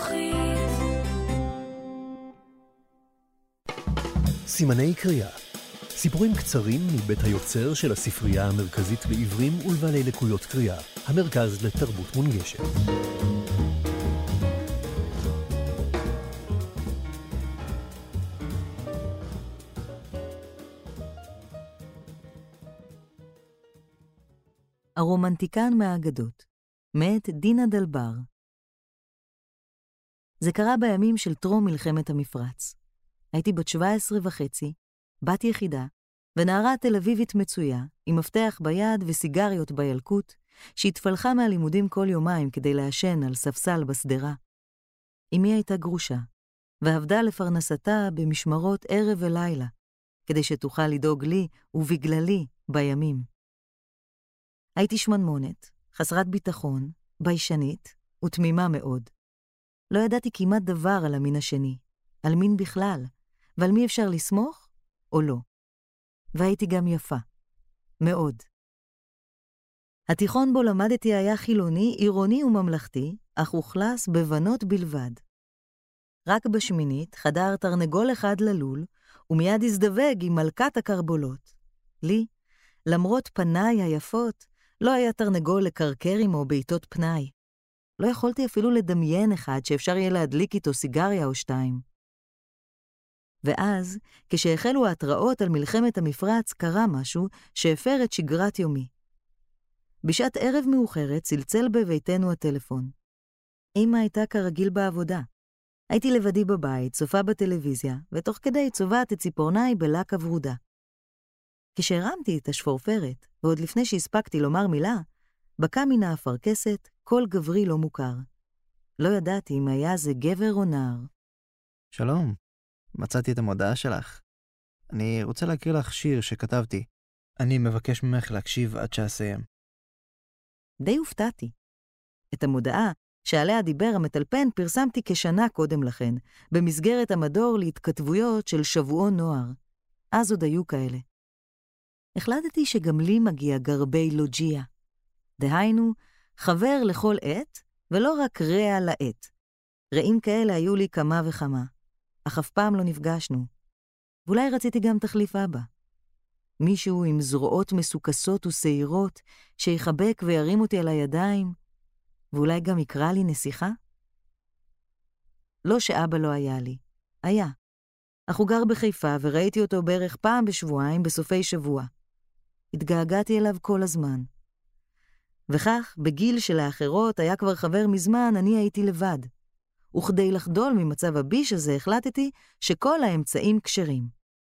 זכוכית. סימני קריאה, סיפורים קצרים מבית היוצר של הספרייה המרכזית בעברים ולבעלי לקויות קריאה, המרכז לתרבות מונגשת. הרומנטיקן מהאגדות, מאת דינה דלבר. זה קרה בימים של טרום מלחמת המפרץ. הייתי בת 17.5, בת יחידה, ונערה תל אביבית מצויה, עם מפתח ביד וסיגריות בילקוט, שהתפלחה מהלימודים כל יומיים כדי לעשן על ספסל בסדרה. אמי הייתה גרושה, ועבדה לפרנסתה במשמרות ערב ולילה, כדי שתוכל לדאוג לי ובגללי בימים. הייתי שמנמונת, חסרת ביטחון, ביישנית ותמימה מאוד. לא ידעתי כמעט דבר על המין השני, על מין בכלל, ועל מי אפשר לסמוך או לא. והייתי גם יפה. מאוד. התיכון בו למדתי היה חילוני, עירוני וממלכתי, אך אוכלס בבנות בלבד. רק בשמינית חדר תרנגול אחד ללול, ומיד הזדווג עם מלכת הקרבולות. לי, למרות פניי היפות, לא היה תרנגול לקרקר עמו בעיתות פנאי. לא יכולתי אפילו לדמיין אחד שאפשר יהיה להדליק איתו סיגריה או שתיים. ואז, כשהחלו ההתראות על מלחמת המפרץ, קרה משהו שהפר את שגרת יומי. בשעת ערב מאוחרת צלצל בביתנו הטלפון. אמא הייתה כרגיל בעבודה. הייתי לבדי בבית, צופה בטלוויזיה, ותוך כדי צובעת את ציפורניי בלק הברודה. כשהרמתי את השפורפרת, ועוד לפני שהספקתי לומר מילה, בקע מן האפרכסת קול גברי לא מוכר. לא ידעתי אם היה זה גבר או נער. שלום, מצאתי את המודעה שלך. אני רוצה להקריא לך שיר שכתבתי. אני מבקש ממך להקשיב עד שאסיים. די הופתעתי. את המודעה שעליה דיבר המטלפן פרסמתי כשנה קודם לכן, במסגרת המדור להתכתבויות של שבועון נוער. אז עוד היו כאלה. החלטתי שגם לי מגיע גרבי לוג'יה. דהיינו, חבר לכל עת, ולא רק רע לעת. רעים כאלה היו לי כמה וכמה, אך אף פעם לא נפגשנו. ואולי רציתי גם תחליף אבא. מישהו עם זרועות מסוכסות ושעירות, שיחבק וירים אותי על הידיים, ואולי גם יקרא לי נסיכה? לא שאבא לא היה לי, היה. אך הוא גר בחיפה וראיתי אותו בערך פעם בשבועיים בסופי שבוע. התגעגעתי אליו כל הזמן. וכך, בגיל של האחרות היה כבר חבר מזמן, אני הייתי לבד. וכדי לחדול ממצב הביש הזה החלטתי שכל האמצעים כשרים.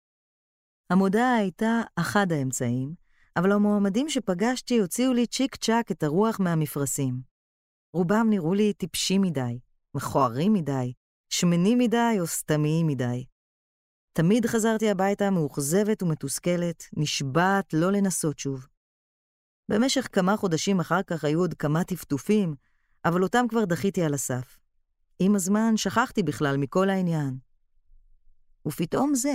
המודעה הייתה אחד האמצעים, אבל המועמדים שפגשתי הוציאו לי צ'יק צ'ק את הרוח מהמפרשים. רובם נראו לי טיפשים מדי, מכוערים מדי, שמנים מדי או סתמיים מדי. תמיד חזרתי הביתה מאוכזבת ומתוסכלת, נשבעת לא לנסות שוב. במשך כמה חודשים אחר כך היו עוד כמה טפטופים, אבל אותם כבר דחיתי על הסף. עם הזמן שכחתי בכלל מכל העניין. ופתאום זה.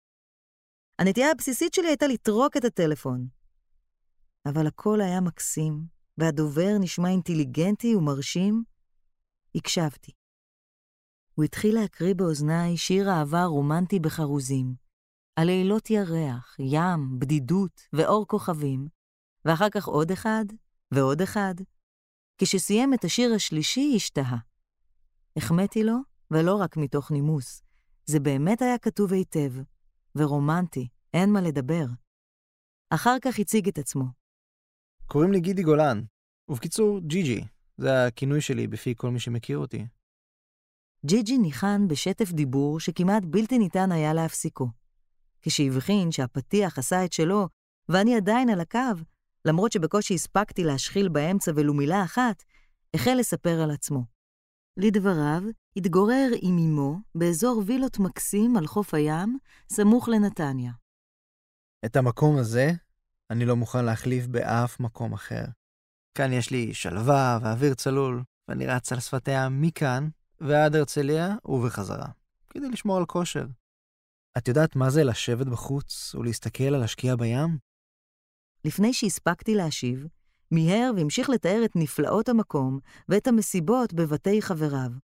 הנטייה הבסיסית שלי הייתה לטרוק את הטלפון. אבל הכל היה מקסים, והדובר נשמע אינטליגנטי ומרשים. הקשבתי. הוא התחיל להקריא באוזניי שיר אהבה רומנטי בחרוזים, על לילות ירח, ים, בדידות ואור כוכבים, ואחר כך עוד אחד ועוד אחד. כשסיים את השיר השלישי השתהה. החמאתי לו, ולא רק מתוך נימוס. זה באמת היה כתוב היטב, ורומנטי, אין מה לדבר. אחר כך הציג את עצמו. קוראים לי גידי גולן, ובקיצור ג'יג'י, זה הכינוי שלי בפי כל מי שמכיר אותי. ג'יג'י ניחן בשטף דיבור שכמעט בלתי ניתן היה להפסיקו. כשהבחין שהפתיח עשה את שלו, ואני עדיין על הקו, למרות שבקושי הספקתי להשחיל באמצע ולו מילה אחת, החל לספר על עצמו. לדבריו, התגורר עם אמו באזור וילות מקסים על חוף הים, סמוך לנתניה. את המקום הזה אני לא מוכן להחליף באף מקום אחר. כאן יש לי שלווה ואוויר צלול, ואני רץ על שפתיה מכאן ועד הרצליה ובחזרה, כדי לשמור על כושר. את יודעת מה זה לשבת בחוץ ולהסתכל על השקיעה בים? לפני שהספקתי להשיב, מיהר והמשיך לתאר את נפלאות המקום ואת המסיבות בבתי חבריו.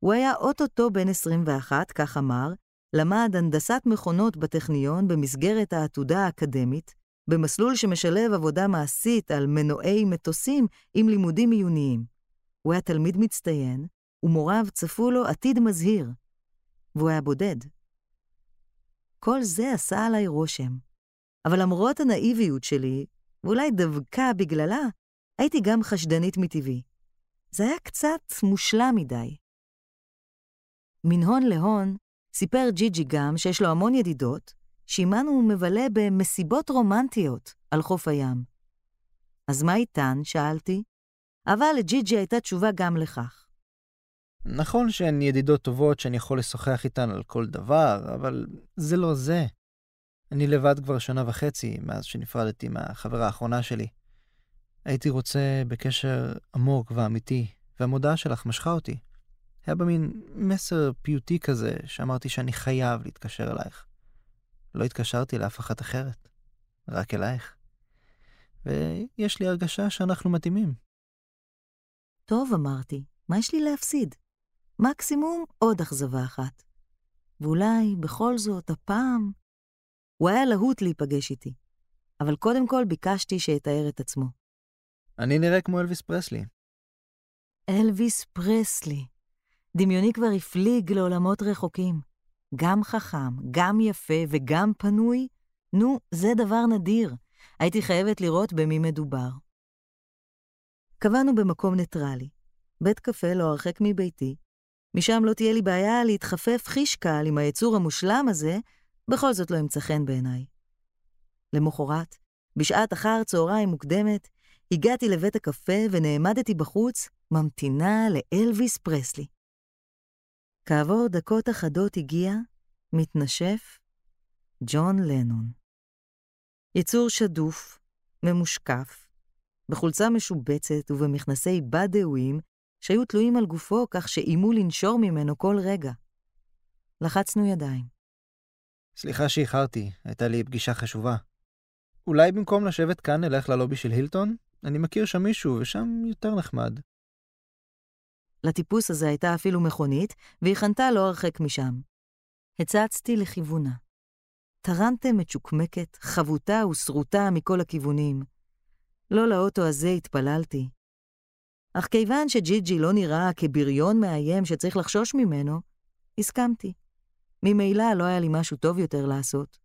הוא היה אוטוטו בן 21, כך אמר, למד הנדסת מכונות בטכניון במסגרת העתודה האקדמית, במסלול שמשלב עבודה מעשית על מנועי מטוסים עם לימודים עיוניים. הוא היה תלמיד מצטיין, ומוריו צפו לו עתיד מזהיר, והוא היה בודד. כל זה עשה עליי רושם, אבל למרות הנאיביות שלי, ואולי דווקא בגללה, הייתי גם חשדנית מטבעי. זה היה קצת מושלם מדי. מן הון להון, סיפר ג'יג'י גם שיש לו המון ידידות, שעימן הוא מבלה במסיבות רומנטיות על חוף הים. אז מה איתן? שאלתי. אבל לג'יג'י הייתה תשובה גם לכך. נכון שהן ידידות טובות שאני יכול לשוחח איתן על כל דבר, אבל זה לא זה. אני לבד כבר 1.5 שנה מאז שנפרדתי מהחברה האחרונה שלי. הייתי רוצה בקשר עמוק ואמיתי, והמודעה שלך משכה אותי. היה במין מסר פיוטי כזה שאמרתי שאני חייב להתקשר אלייך. לא התקשרתי לאף אחת אחרת, רק אלייך. ויש לי הרגשה שאנחנו מתאימים. טוב, אמרתי, מה יש לי להפסיד? מקסימום עוד אכזבה אחת. ואולי בכל זאת הפעם... הוא היה להוט להיפגש איתי, אבל קודם כל ביקשתי שיתאר את עצמו. אני נראה כמו אלוויס פרסלי. אלוויס פרסלי. דמיוני כבר הפליג לעולמות רחוקים. גם חכם, גם יפה וגם פנוי. נו, זה דבר נדיר. הייתי חייבת לראות במי מדובר. קבענו במקום ניטרלי. בית קפה לא הרחק מביתי. משם לא תהיה לי בעיה להתחפף חישקל עם היצור המושלם הזה, בכל זאת לא ימצא חן בעיניי. למחרת, בשעת אחר צהריים מוקדמת, הגעתי לבית הקפה ונעמדתי בחוץ, ממתינה לאלוויס פרסלי. כעבור דקות אחדות הגיע, מתנשף, ג'ון לנון. יצור שדוף, ממושקף, בחולצה משובצת ובמכנסי בד דהויים, שהיו תלויים על גופו כך שאימו לנשור ממנו כל רגע. לחצנו ידיים. סליחה שאיחרתי, הייתה לי פגישה חשובה. אולי במקום לשבת כאן נלך ללובי של הילטון? אני מכיר שם מישהו ושם יותר נחמד. לטיפוס הזה הייתה אפילו מכונית, והיא חנתה לא הרחק משם. הצצתי לכיוונה. טרנטה מצ'וקמקת, חבותה ושרוטה מכל הכיוונים. לא לאוטו הזה התפללתי. אך כיוון שג'יג'י לא נראה כבריון מאיים שצריך לחשוש ממנו, הסכמתי. ממילא לא היה לי משהו טוב יותר לעשות.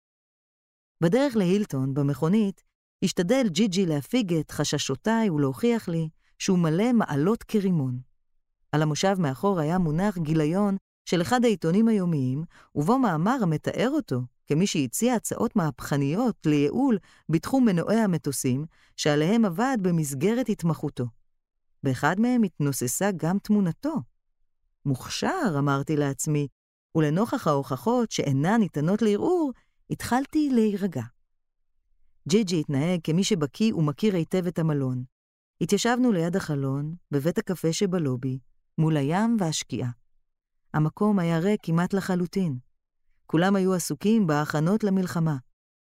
בדרך להילטון, במכונית, השתדל ג'יג'י להפיג את חששותיי ולהוכיח לי שהוא מלא מעלות כרימון. על המושב מאחור היה מונח גיליון של אחד העיתונים היומיים, ובו מאמר המתאר אותו כמי שהציע הצעות מהפכניות לייעול בתחום מנועי המטוסים, שעליהם עבד במסגרת התמחותו. באחד מהם התנוססה גם תמונתו. מוכשר, אמרתי לעצמי, ולנוכח ההוכחות שאינן ניתנות לערעור, התחלתי להירגע. ג'יג'י התנהג כמי שבקי ומכיר היטב את המלון. התיישבנו ליד החלון, בבית הקפה שבלובי, מול הים והשקיעה. המקום היה ריק כמעט לחלוטין. כולם היו עסוקים בהכנות למלחמה.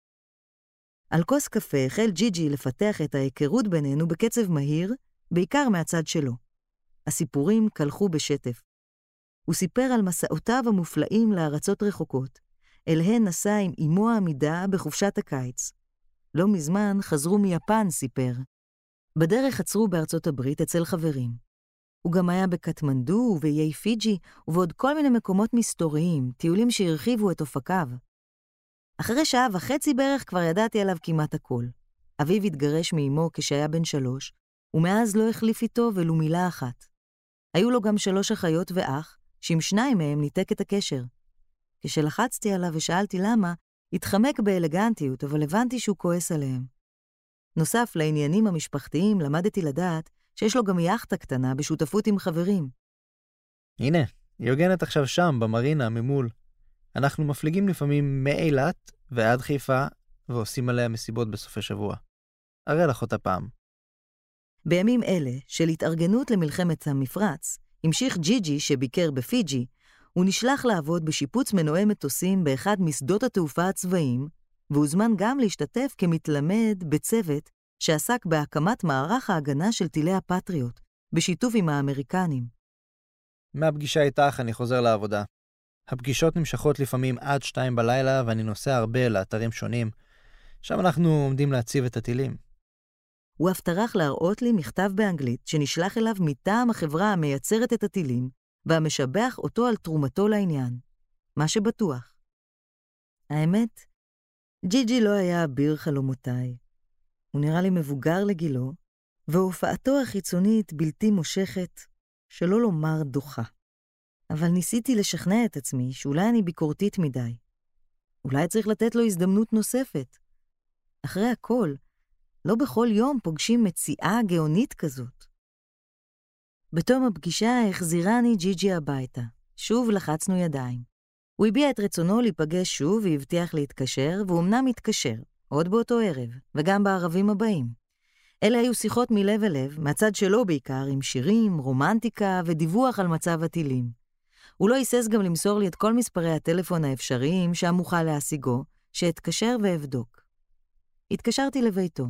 על כוס קפה החל ג'יג'י לפתח את ההיכרות בינינו בקצב מהיר, בעיקר מהצד שלו. הסיפורים קלחו בשטף. הוא סיפר על מסעותיו המופלאים לארצות רחוקות, אליהן נסע עם אמו העמידה בחופשת הקיץ. לא מזמן חזרו מיפן, סיפר. בדרך עצרו בארצות הברית אצל חברים. הוא גם היה בקטמנדו ובאיי פיג'י ובעוד כל מיני מקומות מסתוריים, טיולים שהרחיבו את אופקיו. אחרי 1.5 שעה בערך כבר ידעתי עליו כמעט הכל. אביו התגרש מאמו כשהיה בן 3, ומאז לא החליף איתו ולו מילה אחת. היו לו גם 3 אחיות ואח, שעם 2 מהם ניתק את הקשר. כשלחצתי עליו ושאלתי למה, התחמק באלגנטיות, אבל הבנתי שהוא כועס עליהם. נוסף לעניינים המשפחתיים, למדתי לדעת שיש לו גם יאכטה קטנה בשותפות עם חברים. הנה, היא הוגנת עכשיו שם, במרינה, ממול. אנחנו מפליגים לפעמים מאילת ועד חיפה, ועושים עליה מסיבות בסופי שבוע. אראה לך אותה פעם. בימים אלה, של התארגנות למלחמת המפרץ, המשיך ג'יג'י שביקר בפיג'י, הוא נשלח לעבוד בשיפוץ מנועי מטוסים באחד משדות התעופה הצבאיים, והוזמן גם להשתתף כמתלמד בצוות שעסק בהקמת מערך ההגנה של טילי הפטריוט, בשיתוף עם האמריקנים. מהפגישה איתך אני חוזר לעבודה. הפגישות נמשכות לפעמים עד 2 בלילה, ואני נוסע הרבה לאתרים שונים. שם אנחנו עומדים להציב את הטילים. הוא אף טרח להראות לי מכתב באנגלית שנשלח אליו מטעם החברה המייצרת את הטילים, והמשבח אותו על תרומתו לעניין. מה שבטוח. האמת, ג'יג'י לא היה אביר חלומותיי. הוא נראה לי מבוגר לגילו, והופעתו החיצונית בלתי מושכת, שלא לומר דוחה. אבל ניסיתי לשכנע את עצמי שאולי אני ביקורתית מדי. אולי צריך לתת לו הזדמנות נוספת. אחרי הכל, לא בכל יום פוגשים מציאה גאונית כזאת. בתום הפגישה החזירני ג'יג'י הביתה. שוב לחצנו ידיים. הוא הביע את רצונו להיפגש שוב והבטיח להתקשר, והוא אמנם התקשר, עוד באותו ערב, וגם בערבים הבאים. אלה היו שיחות מלב אל לב, מהצד שלו בעיקר, עם שירים, רומנטיקה ודיווח על מצב הטילים. הוא לא היסס גם למסור לי את כל מספרי הטלפון האפשריים שהמוכל להשיגו, שאתקשר ואבדוק. התקשרתי לביתו.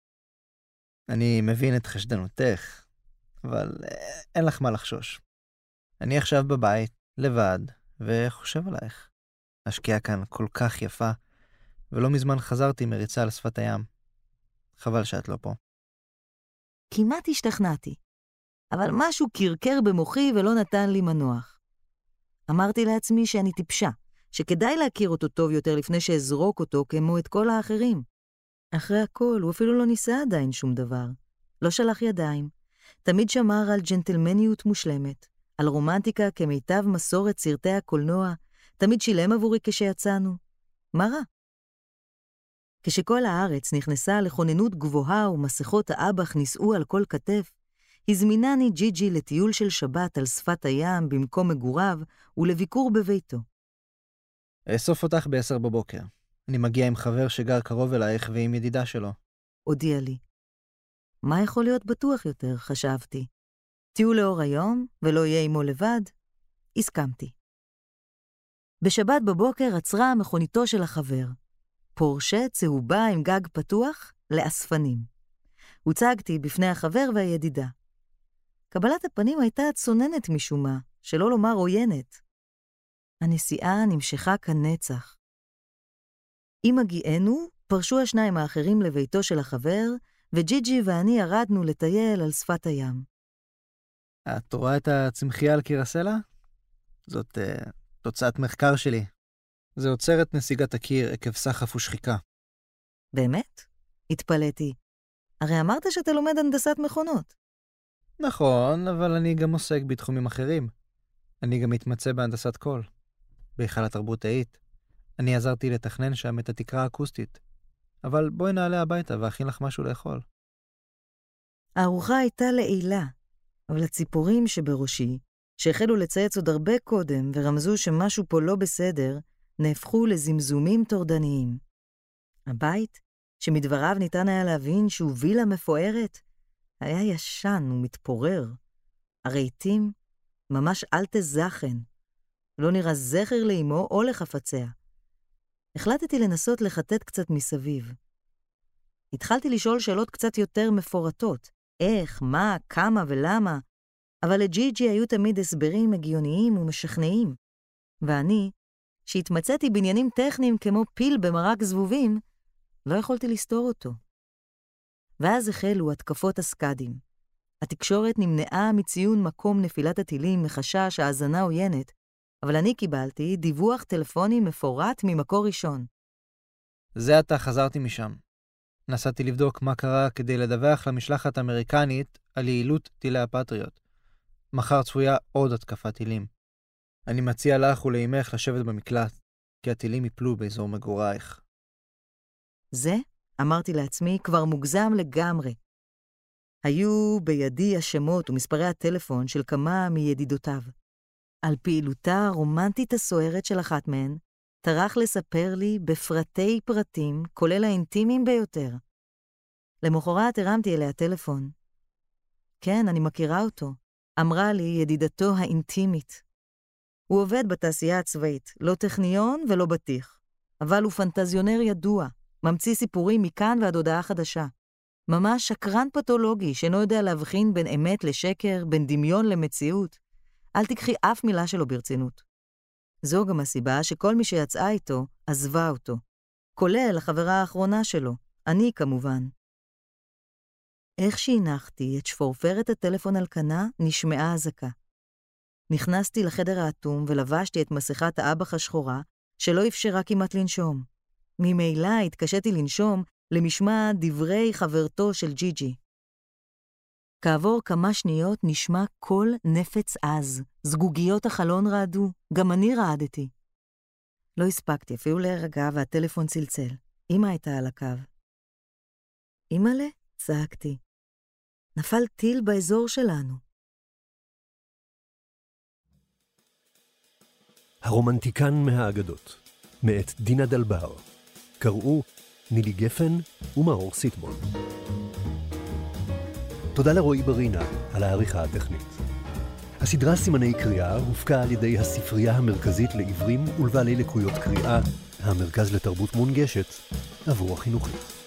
אני מבין את חשדנותך, אבל אין לך מה לחשוש. אני עכשיו בבית, לבד, וחושב עלייך. השקיעה כאן כל כך יפה, ולא מזמן חזרתי מריצה על שפת הים. חבל שאת לא פה. כמעט השתכנעתי, אבל משהו קרקר במוחי ולא נתן לי מנוח. אמרתי לעצמי שאני טיפשה, שכדאי להכיר אותו טוב יותר לפני שאזרוק אותו כמו את כל האחרים. אחרי הכל, הוא אפילו לא ניסה עדיין שום דבר. לא שלח ידיים. תמיד שמר על ג'נטלמניות מושלמת, על רומנטיקה כמיטב מסורת סרטי הקולנוע, תמיד שילם עבורי כשיצאנו. מה רע? כשכל הארץ נכנסה לכוננות גבוהה ומסכות האב"ח נישאו על כל כתף, הזמינני ג'יג'י לטיול של שבת על שפת הים במקום מגוריו ולביקור בביתו. אאסוף אותך ב10 בבוקר. אני מגיע עם חבר שגר קרוב אלייך ועם ידידה שלו. הודיע לי. מה יכול להיות בטוח יותר, חשבתי. טיול לאור היום ולא יהיה עמו לבד? הסכמתי. בשבת בבוקר עצרה מכוניתו של החבר. פורשה צהובה עם גג פתוח לאספנים. הוצגתי בפני החבר והידידה. קבלת הפנים הייתה צוננת משום מה, שלא לומר עוינת. הנסיעה נמשכה כנצח. עם הגיענו, פרשו השניים האחרים לביתו של החבר, וג'יג'י ואני ירדנו לטייל על שפת הים. את רואה את הצמחייה על קירסלה? זאת תוצאת מחקר שלי. זה עוצר את נסיגת הקיר עקב סחף ושחיקה. באמת? התפלאתי. הרי אמרת שאתה לומד הנדסת מכונות. נכון, אבל אני גם עוסק בתחומים אחרים. אני גם מתמצא בהנדסת קול. בהיכל התרבות תאית. אני עזרתי לתכנן שם את התקרה האקוסטית. אבל בואי נעלה הביתה ואכין לך משהו לאכול. הארוחה הייתה לעילה, אבל הציפורים שבראשי, שהחלו לצייץ עוד הרבה קודם ורמזו שמשהו פה לא בסדר, נהפכו לזמזומים טורדניים. הבית, שמדבריו ניתן היה להבין שהוא וילה מפוארת, היה ישן ומתפורר. הרהיטים ממש אלטה זכן. לא נראה זכר לאמו או לחפציה. החלטתי לנסות לחטט קצת מסביב. התחלתי לשאול שאלות קצת יותר מפורטות. איך, מה, כמה ולמה, אבל לג'יג'י היו תמיד הסברים הגיוניים ומשכנעים. ואני, שהתמצאתי בעניינים טכניים כמו פיל במרק זבובים, לא יכולתי לסתור אותו. ואז החלו התקפות הסקאדים. התקשורת נמנעה מציון מקום נפילת הטילים מחשש האזנה עוינת, אבל אני קיבלתי דיווח טלפוני מפורט ממקור ראשון. זה עתה חזרתי משם. נסעתי לבדוק מה קרה כדי לדווח למשלחת האמריקנית על יעילות טילי הפטריוט. מחר צפויה עוד התקפת טילים. אני מציע לך ולאמך לשבת במקלט, כי הטילים יפלו באזור מגורייך. זה, אמרתי לעצמי, כבר מוגזם לגמרי. היו בידי השמות ומספרי הטלפון של כמה מידידותיו. על פעילותה הרומנטית הסוערת של אחת מהן, טרח לספר לי בפרטי פרטים, כולל האינטימיים ביותר. למחרת הרמתי אליה טלפון. כן, אני מכירה אותו. אמרה לי ידידתו האינטימית. הוא עובד בתעשייה הצבאית, לא טכניון ולא בטיח. אבל הוא פנטזיונר ידוע, ממציא סיפורים מכאן ועד הודעה חדשה. ממש שקרן פתולוגי שאינו יודע להבחין בין אמת לשקר, בין דמיון למציאות. אל תקחי אף מילה שלו ברצינות. זו גם הסיבה שכל מי שיצאה איתו עזבה אותו, כולל החברה האחרונה שלו, אני כמובן. איך שהנחתי את שפורפרת הטלפון על קנה, נשמעה אזעקה. נכנסתי לחדר האטום ולבשתי את מסכת האב"ח השחורה, שלא אפשרה כמעט לנשום. ממילא התקשיתי לנשום למשמע דברי חברתו של ג'יג'י. כעבור כמה שניות נשמע קול נפץ עז, זגוגיות החלון רעדו, גם אני רעדתי. לא הספקתי אפילו להירגע והטלפון צלצל. אמא הייתה על הקו. אמא'לה, צעקתי. נפל טיל באזור שלנו. הרומנטיקן מהאגדות, מאת דינה דלבר. קראו נילי גפן ומאור סיטבון. תודה לרועי ברינה על העריכה הטכנית. הסדרה סימני קריאה הופקה על ידי הספרייה המרכזית לעיוורים ולבעלי לקויות קריאה, המרכז לתרבות מונגשת עבור החינוכית.